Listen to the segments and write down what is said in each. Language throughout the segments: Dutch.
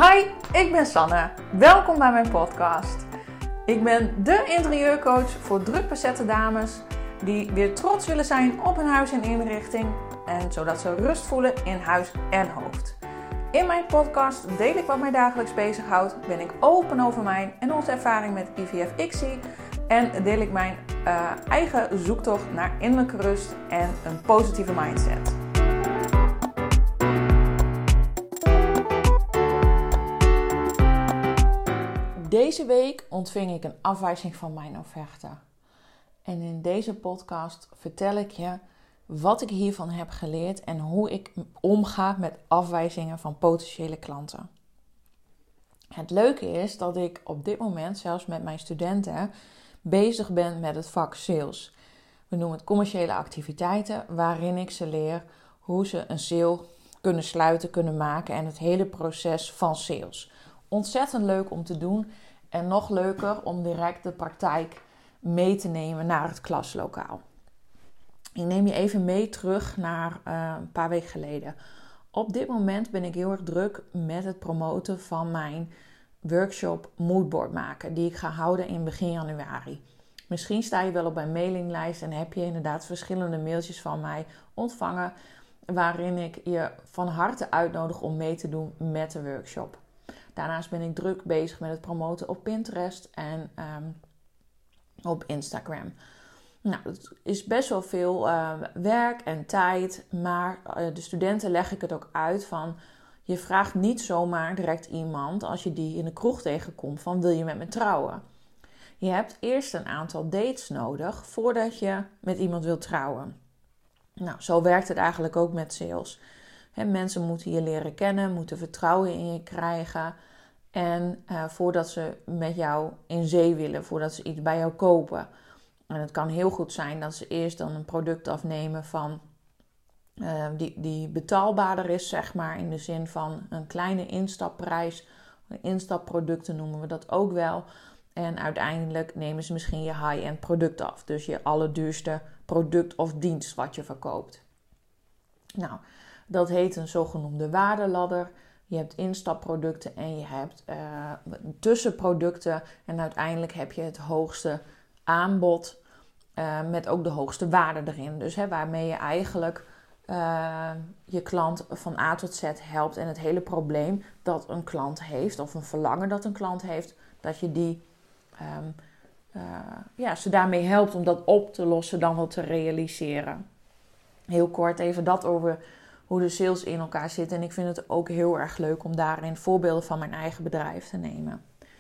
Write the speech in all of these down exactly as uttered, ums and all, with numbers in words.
Hi, ik ben Sanne. Welkom bij mijn podcast. Ik ben dé interieurcoach voor drukbezette dames die weer trots willen zijn op hun huis en inrichting en zodat ze rust voelen in huis en hoofd. In mijn podcast deel ik wat mij dagelijks bezighoudt, ben ik open over mijn en onze ervaring met I V F I C S I en deel ik mijn uh, eigen zoektocht naar innerlijke rust en een positieve mindset. Deze week ontving ik een afwijzing van mijn offerte. En in deze podcast vertel ik je wat ik hiervan heb geleerd en hoe ik omga met afwijzingen van potentiële klanten. Het leuke is dat ik op dit moment zelfs met mijn studenten bezig ben met het vak sales. We noemen het commerciële activiteiten, waarin ik ze leer hoe ze een sale kunnen sluiten, kunnen maken en het hele proces van sales. Ontzettend leuk om te doen en nog leuker om direct de praktijk mee te nemen naar het klaslokaal. Ik neem je even mee terug naar uh, een paar weken geleden. Op dit moment ben ik heel erg druk met het promoten van mijn workshop Moodboard maken, die ik ga houden in begin januari. Misschien sta je wel op mijn mailinglijst en heb je inderdaad verschillende mailtjes van mij ontvangen, waarin ik je van harte uitnodig om mee te doen met de workshop. Daarnaast ben ik druk bezig met het promoten op Pinterest en um, op Instagram. Nou, het is best wel veel uh, werk en tijd, maar uh, de studenten leg ik het ook uit van, je vraagt niet zomaar direct iemand als je die in de kroeg tegenkomt van, wil je met me trouwen? Je hebt eerst een aantal dates nodig voordat je met iemand wilt trouwen. Nou, zo werkt het eigenlijk ook met sales. He, mensen moeten je leren kennen, moeten vertrouwen in je krijgen. En uh, voordat ze met jou in zee willen, voordat ze iets bij jou kopen. En het kan heel goed zijn dat ze eerst dan een product afnemen van uh, die, die betaalbaarder is, zeg maar. In de zin van een kleine instapprijs. Instapproducten noemen we dat ook wel. En uiteindelijk nemen ze misschien je high-end product af. Dus je allerduurste product of dienst wat je verkoopt. Nou, dat heet een zogenoemde waardeladder. Je hebt instapproducten en je hebt uh, tussenproducten. En uiteindelijk heb je het hoogste aanbod uh, met ook de hoogste waarde erin. Dus hè, waarmee je eigenlijk uh, je klant van A tot Z helpt. En het hele probleem dat een klant heeft, of een verlangen dat een klant heeft, dat je die, um, uh, ja, ze daarmee helpt om dat op te lossen, dan wel te realiseren. Heel kort even dat over hoe de sales in elkaar zitten. En ik vind het ook heel erg leuk om daarin voorbeelden van mijn eigen bedrijf te nemen.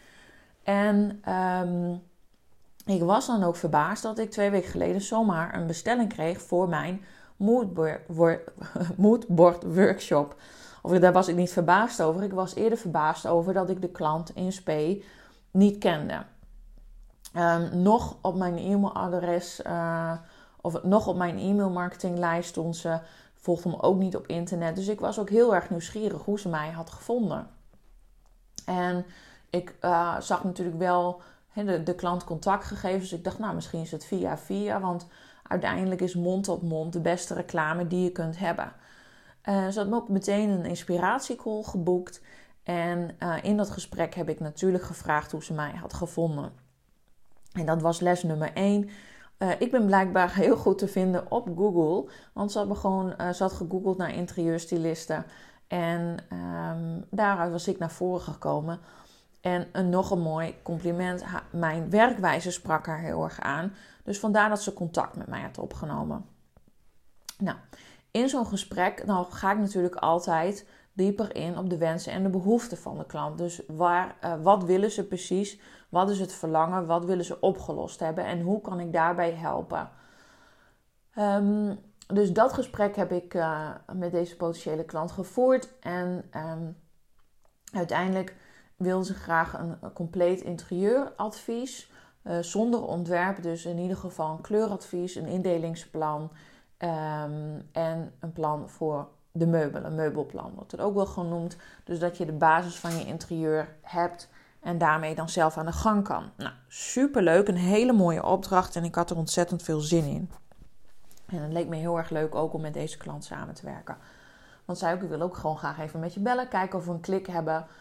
En um, ik was dan ook verbaasd dat ik twee weken geleden zomaar een bestelling kreeg voor mijn moodboard workshop. Of daar was ik niet verbaasd over. Ik was eerder verbaasd over dat ik de klant in spe niet kende. Um, nog op mijn e-mailadres, uh, of nog op mijn e-mailmarketinglijst stond ze. Volgde me ook niet op internet. Dus ik was ook heel erg nieuwsgierig hoe ze mij had gevonden. En ik uh, zag natuurlijk wel he, de, de klant contactgegevens. Dus ik dacht, nou, misschien is het via via. Want uiteindelijk is mond op mond de beste reclame die je kunt hebben. Uh, ze had me ook meteen een inspiratiecall geboekt. En uh, in dat gesprek heb ik natuurlijk gevraagd hoe ze mij had gevonden. En dat was les nummer één. Uh, ik ben blijkbaar heel goed te vinden op Google. Want ze had, me gewoon, uh, ze had gegoogeld naar interieurstylisten. En um, daaruit was ik naar voren gekomen. En een, nog een mooi compliment. Ha, mijn werkwijze sprak haar heel erg aan. Dus vandaar dat ze contact met mij had opgenomen. Nou, in zo'n gesprek dan ga ik natuurlijk altijd dieper in op de wensen en de behoeften van de klant. Dus waar, uh, wat willen ze precies? Wat is het verlangen? Wat willen ze opgelost hebben? En hoe kan ik daarbij helpen? Um, dus dat gesprek heb ik uh, met deze potentiële klant gevoerd. En um, uiteindelijk wil ze graag een, een compleet interieuradvies. Uh, zonder ontwerp, dus in ieder geval een kleuradvies, een indelingsplan. Um, en een plan voor de meubelen, een meubelplan wordt het ook wel genoemd. Dus dat je de basis van je interieur hebt en daarmee dan zelf aan de gang kan. Nou, superleuk, een hele mooie opdracht en ik had er ontzettend veel zin in. En het leek me heel erg leuk ook om met deze klant samen te werken. Want zij ook, ik wil ook gewoon graag even met je bellen, kijken of we een klik hebben.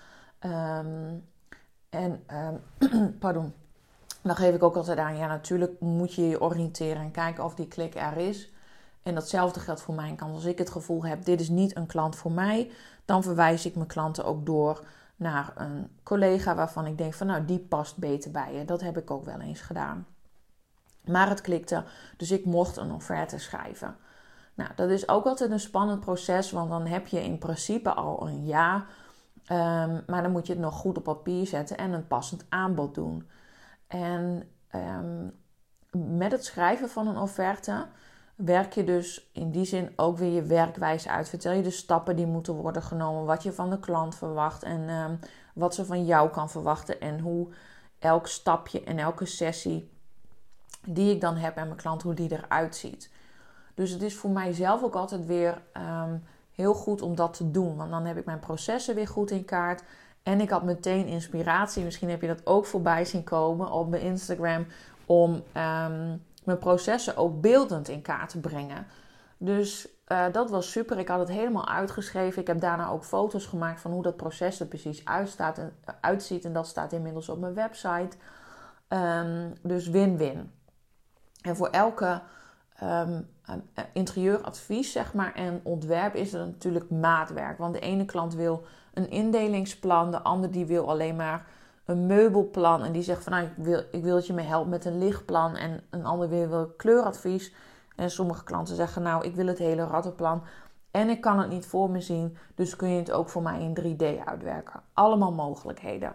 Um, en, um, pardon, dan geef ik ook altijd aan, ja natuurlijk moet je je oriënteren en kijken of die klik er is. En datzelfde geldt voor mijn kant. Als ik het gevoel heb, dit is niet een klant voor mij, dan verwijs ik mijn klanten ook door naar een collega waarvan ik denk van nou, die past beter bij je. Dat heb ik ook wel eens gedaan. Maar het klikte, dus ik mocht een offerte schrijven. Nou, dat is ook altijd een spannend proces, want dan heb je in principe al een ja. Um, maar dan moet je het nog goed op papier zetten en een passend aanbod doen. En um, met het schrijven van een offerte werk je dus in die zin ook weer je werkwijze uit. Vertel je de stappen die moeten worden genomen, wat je van de klant verwacht en um, wat ze van jou kan verwachten en hoe elk stapje en elke sessie die ik dan heb met mijn klant, hoe die eruit ziet. Dus het is voor mijzelf ook altijd weer um, heel goed om dat te doen. Want dan heb ik mijn processen weer goed in kaart. En ik had meteen inspiratie. Misschien heb je dat ook voorbij zien komen op mijn Instagram. Om um, mijn processen ook beeldend in kaart te brengen. Dus uh, dat was super. Ik had het helemaal uitgeschreven. Ik heb daarna ook foto's gemaakt van hoe dat proces er precies uitstaat en, uh, uitziet. En dat staat inmiddels op mijn website. Um, dus win-win. En voor elke um, interieuradvies zeg maar, en ontwerp is er natuurlijk maatwerk. Want de ene klant wil een indelingsplan, de ander die wil alleen maar een meubelplan. En die zegt van nou, ik wil, ik wil dat je me helpt met een lichtplan. En een ander wil een kleuradvies. En sommige klanten zeggen nou, ik wil het hele rattenplan. En ik kan het niet voor me zien, dus kun je het ook voor mij in drie D uitwerken. Allemaal mogelijkheden.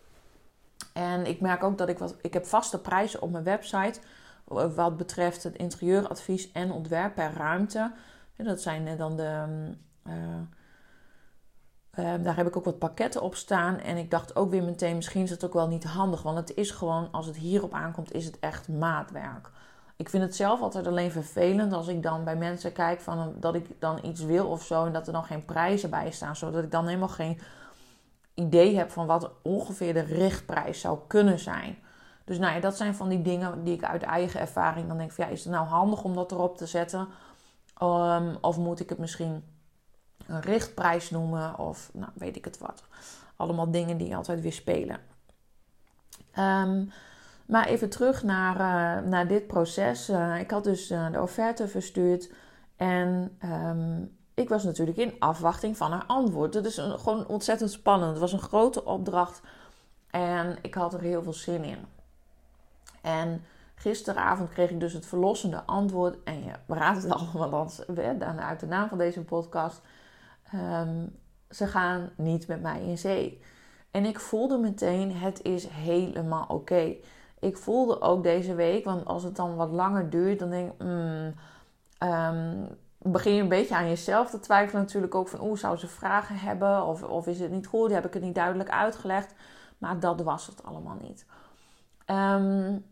En ik merk ook dat ik wat, ik heb vaste prijzen op mijn website wat betreft het interieuradvies en ontwerp per ruimte. Dat zijn dan de... Uh, uh, daar heb ik ook wat pakketten op staan. En ik dacht ook weer meteen, misschien is het ook wel niet handig. Want het is gewoon, als het hierop aankomt, is het echt maatwerk. Ik vind het zelf altijd alleen vervelend als ik dan bij mensen kijk van dat ik dan iets wil of zo. En dat er dan geen prijzen bij staan. Zodat ik dan helemaal geen idee heb van wat ongeveer de richtprijs zou kunnen zijn. Dus nou ja, dat zijn van die dingen die ik uit eigen ervaring dan denk van ja, is het nou handig om dat erop te zetten? Um, of moet ik het misschien een richtprijs noemen? Of nou, weet ik het wat. Allemaal dingen die altijd weer spelen. Um, maar even terug naar, uh, naar dit proces. Uh, ik had dus uh, de offerte verstuurd. En um, ik was natuurlijk in afwachting van haar antwoord. Dat is een, gewoon ontzettend spannend. Het was een grote opdracht. En ik had er heel veel zin in. En gisteravond kreeg ik dus het verlossende antwoord. En je raadt het allemaal uit de naam van deze podcast. Um, ze gaan niet met mij in zee. En ik voelde meteen, het is helemaal oké. Okay. Ik voelde ook deze week, want als het dan wat langer duurt, dan denk ik... Mm, um, begin je een beetje aan jezelf te twijfelen natuurlijk ook. Van oeh, zou ze vragen hebben? Of, of is het niet goed? Heb ik het niet duidelijk uitgelegd? Maar dat was het allemaal niet. Um,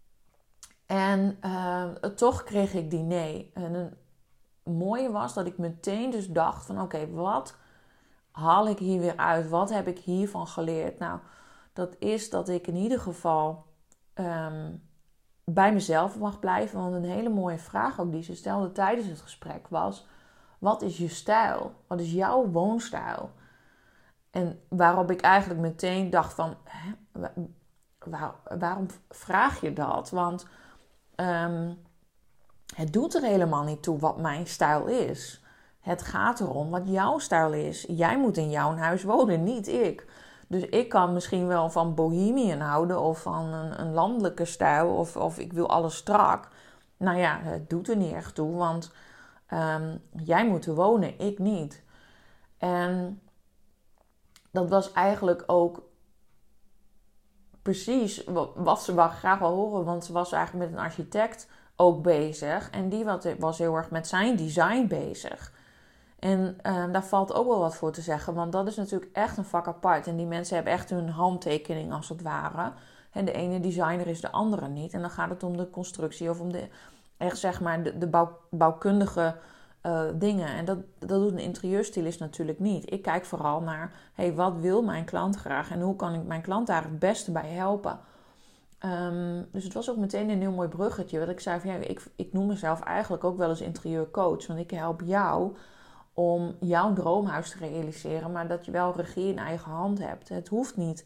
en uh, toch kreeg ik die nee. En het mooie was dat ik meteen dus dacht van oké, okay, wat haal ik hier weer uit? Wat heb ik hiervan geleerd? Nou, dat is dat ik in ieder geval um, bij mezelf mag blijven. Want een hele mooie vraag ook die ze stelde tijdens het gesprek was: wat is je stijl? Wat is jouw woonstijl? En waarop ik eigenlijk meteen dacht van, hè, waar, waarom vraag je dat? Want um, het doet er helemaal niet toe wat mijn stijl is. Het gaat erom wat jouw stijl is. Jij moet in jouw huis wonen, niet ik. Dus ik kan misschien wel van bohemian houden of van een, een landelijke stijl of, of ik wil alles strak. Nou ja, het doet er niet echt toe, want um, jij moet er wonen, ik niet. En dat was eigenlijk ook precies wat ze wel graag wil horen, want ze was eigenlijk met een architect ook bezig. En die was heel erg met zijn design bezig. En uh, daar valt ook wel wat voor te zeggen, want dat is natuurlijk echt een vak apart. En die mensen hebben echt hun handtekening als het ware. En de ene designer is de andere niet. En dan gaat het om de constructie of om de, echt zeg maar de, de bouw, bouwkundige uh, dingen. En dat, dat doet een interieurstylist natuurlijk niet. Ik kijk vooral naar, hey, wat wil mijn klant graag? En hoe kan ik mijn klant daar het beste bij helpen? Um, dus het was ook meteen een heel mooi bruggetje. Want ik zei van ja, ik, ik noem mezelf eigenlijk ook wel eens interieurcoach. Want ik help jou om jouw droomhuis te realiseren, maar dat je wel regie in eigen hand hebt. Het hoeft niet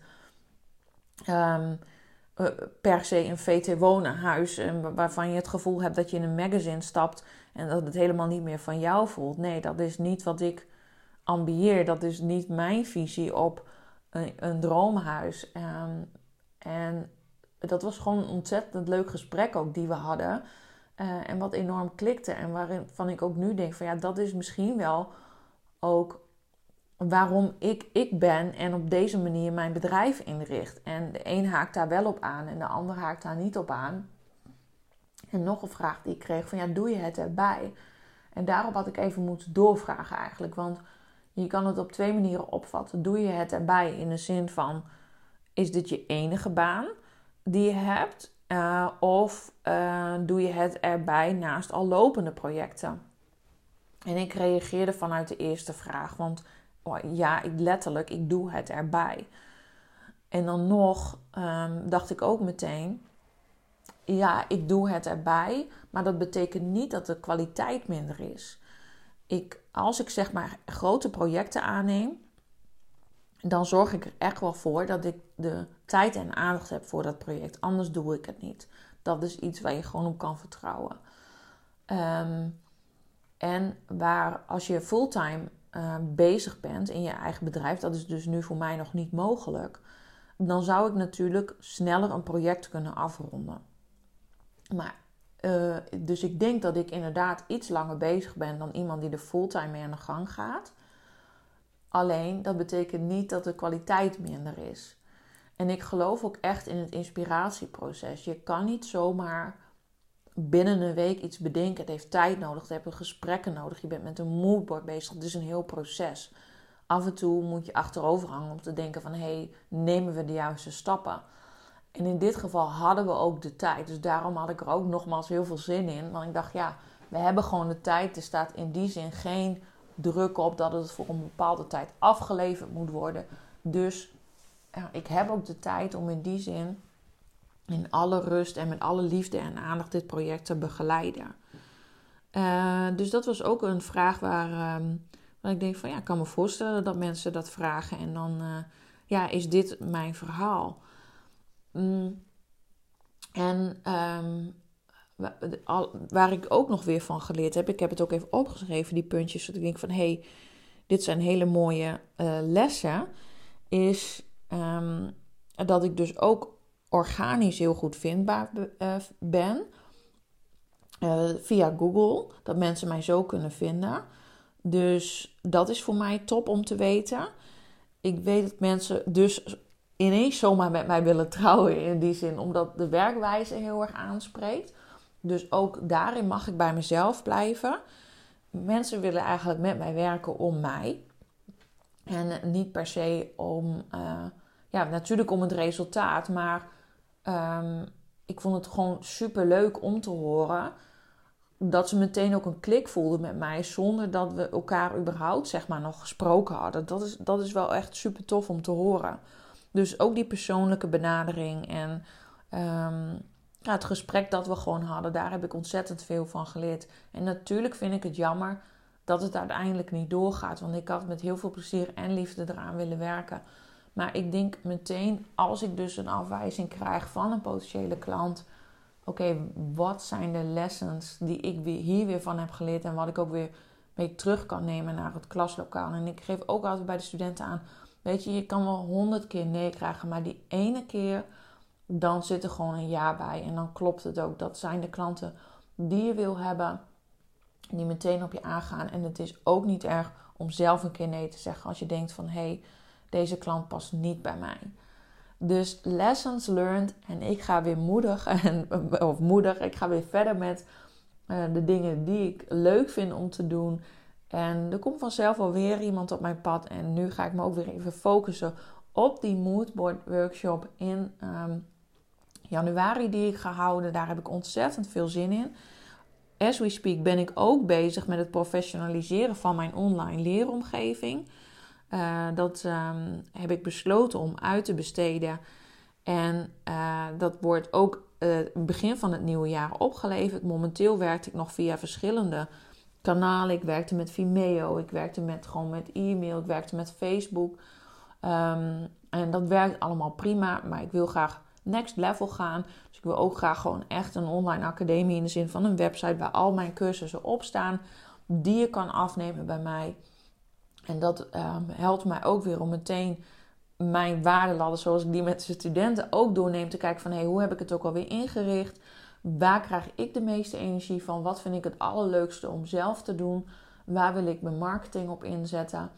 um, uh, per se een V T wonenhuis uh, waarvan je het gevoel hebt dat je in een magazine stapt en dat het helemaal niet meer van jou voelt. Nee, dat is niet wat ik ambieer. Dat is niet mijn visie op een, een droomhuis. Um, en dat was gewoon een ontzettend leuk gesprek ook die we hadden. Uh, en wat enorm klikte. En waarvan ik ook nu denk van ja, dat is misschien wel ook waarom ik ik ben en op deze manier mijn bedrijf inricht. En de een haakt daar wel op aan en de ander haakt daar niet op aan. En nog een vraag die ik kreeg van ja, doe je het erbij? En daarop had ik even moeten doorvragen eigenlijk. Want je kan het op twee manieren opvatten. Doe je het erbij in de zin van, is dit je enige baan die je hebt? Uh, of uh, doe je het erbij naast al lopende projecten? En ik reageerde vanuit de eerste vraag. Want oh, ja, ik, letterlijk, ik doe het erbij. En dan nog um, dacht ik ook meteen, ja, ik doe het erbij. Maar dat betekent niet dat de kwaliteit minder is. Ik, als ik zeg maar grote projecten aanneem, dan zorg ik er echt wel voor dat ik de tijd en aandacht heb voor dat project. Anders doe ik het niet. Dat is iets waar je gewoon op kan vertrouwen. Um, en waar als je fulltime uh, bezig bent in je eigen bedrijf, dat is dus nu voor mij nog niet mogelijk, dan zou ik natuurlijk sneller een project kunnen afronden. Maar, uh, dus ik denk dat ik inderdaad iets langer bezig ben dan iemand die er fulltime mee aan de gang gaat. Alleen, dat betekent niet dat de kwaliteit minder is. En ik geloof ook echt in het inspiratieproces. Je kan niet zomaar binnen een week iets bedenken. Het heeft tijd nodig, het heeft gesprekken nodig. Je bent met een moodboard bezig. Het is een heel proces. Af en toe moet je achterover hangen om te denken van, hé, hey, nemen we de juiste stappen? En in dit geval hadden we ook de tijd. Dus daarom had ik er ook nogmaals heel veel zin in. Want ik dacht, ja, we hebben gewoon de tijd. Er staat in die zin geen druk op dat het voor een bepaalde tijd afgeleverd moet worden. Dus ja, ik heb ook de tijd om in die zin in alle rust en met alle liefde en aandacht dit project te begeleiden. Uh, dus dat was ook een vraag waar, um, waar ik denk van ja, ik kan me voorstellen dat mensen dat vragen. En dan uh, ja, is dit mijn verhaal. Mm. En um, waar ik ook nog weer van geleerd heb, ik heb het ook even opgeschreven, die puntjes, zodat ik denk van hé, hey, dit zijn hele mooie uh, lessen, is um, dat ik dus ook organisch heel goed vindbaar uh, ben. Uh, via Google, dat mensen mij zo kunnen vinden. Dus dat is voor mij top om te weten. Ik weet dat mensen dus ineens zomaar met mij willen trouwen in die zin, omdat de werkwijze heel erg aanspreekt. Dus ook daarin mag ik bij mezelf blijven. Mensen willen eigenlijk met mij werken om mij. En niet per se om, uh, ja, natuurlijk om het resultaat. Maar um, ik vond het gewoon super leuk om te horen dat ze meteen ook een klik voelden met mij, zonder dat we elkaar überhaupt zeg maar nog gesproken hadden. Dat is, dat is wel echt super tof om te horen. Dus ook die persoonlijke benadering en um, ja, het gesprek dat we gewoon hadden, daar heb ik ontzettend veel van geleerd. En natuurlijk vind ik het jammer dat het uiteindelijk niet doorgaat. Want ik had met heel veel plezier en liefde eraan willen werken. Maar ik denk meteen, als ik dus een afwijzing krijg van een potentiële klant, oké, okay, wat zijn de lessons die ik weer, hier weer van heb geleerd en wat ik ook weer mee terug kan nemen naar het klaslokaal. En ik geef ook altijd bij de studenten aan, weet je, je kan wel honderd keer nee krijgen, maar die ene keer, dan zit er gewoon een ja bij. En dan klopt het ook. Dat zijn de klanten die je wil hebben, die meteen op je aangaan. En het is ook niet erg om zelf een keer nee te zeggen als je denkt van, hé, hey, deze klant past niet bij mij. Dus lessons learned. En ik ga weer moedig, en, of moedig, ik ga weer verder met uh, de dingen die ik leuk vind om te doen. En er komt vanzelf alweer iemand op mijn pad. En nu ga ik me ook weer even focussen op die moodboard workshop in um, januari die ik ga houden. Daar heb ik ontzettend veel zin in. As we speak ben ik ook bezig met het professionaliseren van mijn online leeromgeving. Uh, dat um, heb ik besloten om uit te besteden. En uh, dat wordt ook uh, begin van het nieuwe jaar opgeleverd. Momenteel werk ik nog via verschillende kanalen. Ik werkte met Vimeo. Ik werkte met, gewoon met e-mail. Ik werkte met Facebook. Um, en dat werkt allemaal prima. Maar ik wil graag next level gaan. Dus ik wil ook graag gewoon echt een online academie. In de zin van een website waar al mijn cursussen op staan. Die je kan afnemen bij mij. En dat um, helpt mij ook weer om meteen mijn waardeladder, zoals ik die met de studenten ook doorneem, te kijken van hey, hoe heb ik het ook alweer ingericht? Waar krijg ik de meeste energie van? Wat vind ik het allerleukste om zelf te doen? Waar wil ik mijn marketing op inzetten?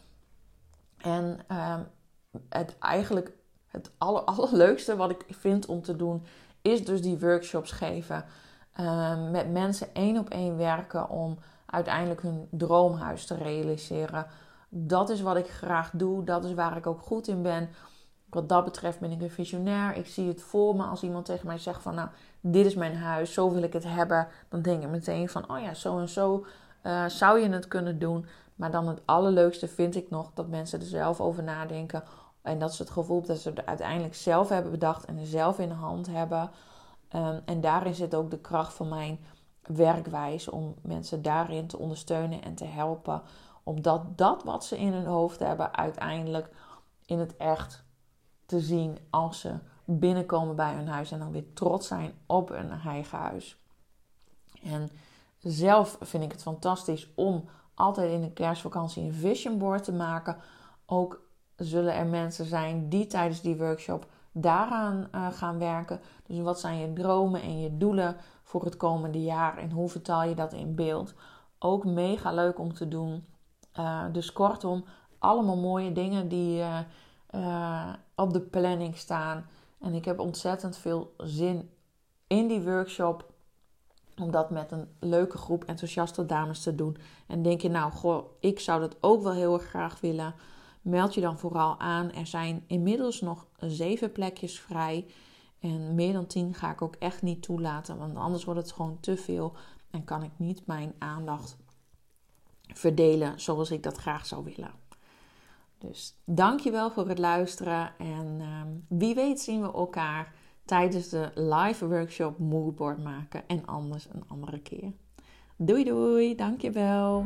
En um, het eigenlijk het aller, allerleukste wat ik vind om te doen, is dus die workshops geven. Um, met mensen één op één werken om uiteindelijk hun droomhuis te realiseren. Dat is wat ik graag doe. Dat is waar ik ook goed in ben. Wat dat betreft ben ik een visionair. Ik zie het voor me als iemand tegen mij zegt van nou, dit is mijn huis, zo wil ik het hebben. Dan denk ik meteen van oh ja, zo en zo uh, zou je het kunnen doen. Maar dan het allerleukste vind ik nog dat mensen er zelf over nadenken. En dat ze het gevoel dat ze het uiteindelijk zelf hebben bedacht en er zelf in de hand hebben. Um, en daarin zit ook de kracht van mijn werkwijze om mensen daarin te ondersteunen en te helpen. Omdat dat wat ze in hun hoofd hebben uiteindelijk in het echt te zien als ze binnenkomen bij hun huis. En dan weer trots zijn op hun eigen huis. En zelf vind ik het fantastisch om altijd in de kerstvakantie een vision board te maken. Ook zullen er mensen zijn die tijdens die workshop daaraan uh, gaan werken. Dus wat zijn je dromen en je doelen voor het komende jaar? En hoe vertaal je dat in beeld? Ook mega leuk om te doen. Uh, dus kortom, allemaal mooie dingen die uh, uh, op de planning staan. En ik heb ontzettend veel zin in die workshop. Om dat met een leuke groep enthousiaste dames te doen. En denk je nou, goh, ik zou dat ook wel heel erg graag willen. Meld je dan vooral aan. Er zijn inmiddels nog zeven plekjes vrij. En meer dan tien ga ik ook echt niet toelaten. Want anders wordt het gewoon te veel. En kan ik niet mijn aandacht verdelen zoals ik dat graag zou willen. Dus dankjewel voor het luisteren. En um, wie weet zien we elkaar tijdens de live workshop Moodboard maken. En anders een andere keer. Doei doei, dankjewel.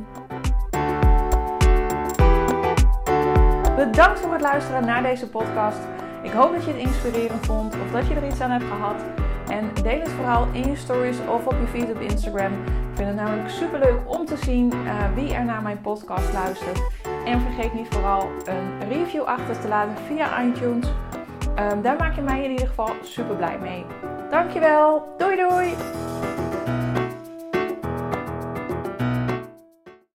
Bedankt voor het luisteren naar deze podcast. Ik hoop dat je het inspirerend vond of dat je er iets aan hebt gehad. En deel het vooral in je stories of op je feed op Instagram. Ik vind het namelijk superleuk om te zien uh, wie er naar mijn podcast luistert. En vergeet niet vooral een review achter te laten via iTunes. Um, daar maak je mij in ieder geval super blij mee. Dankjewel. Doei doei.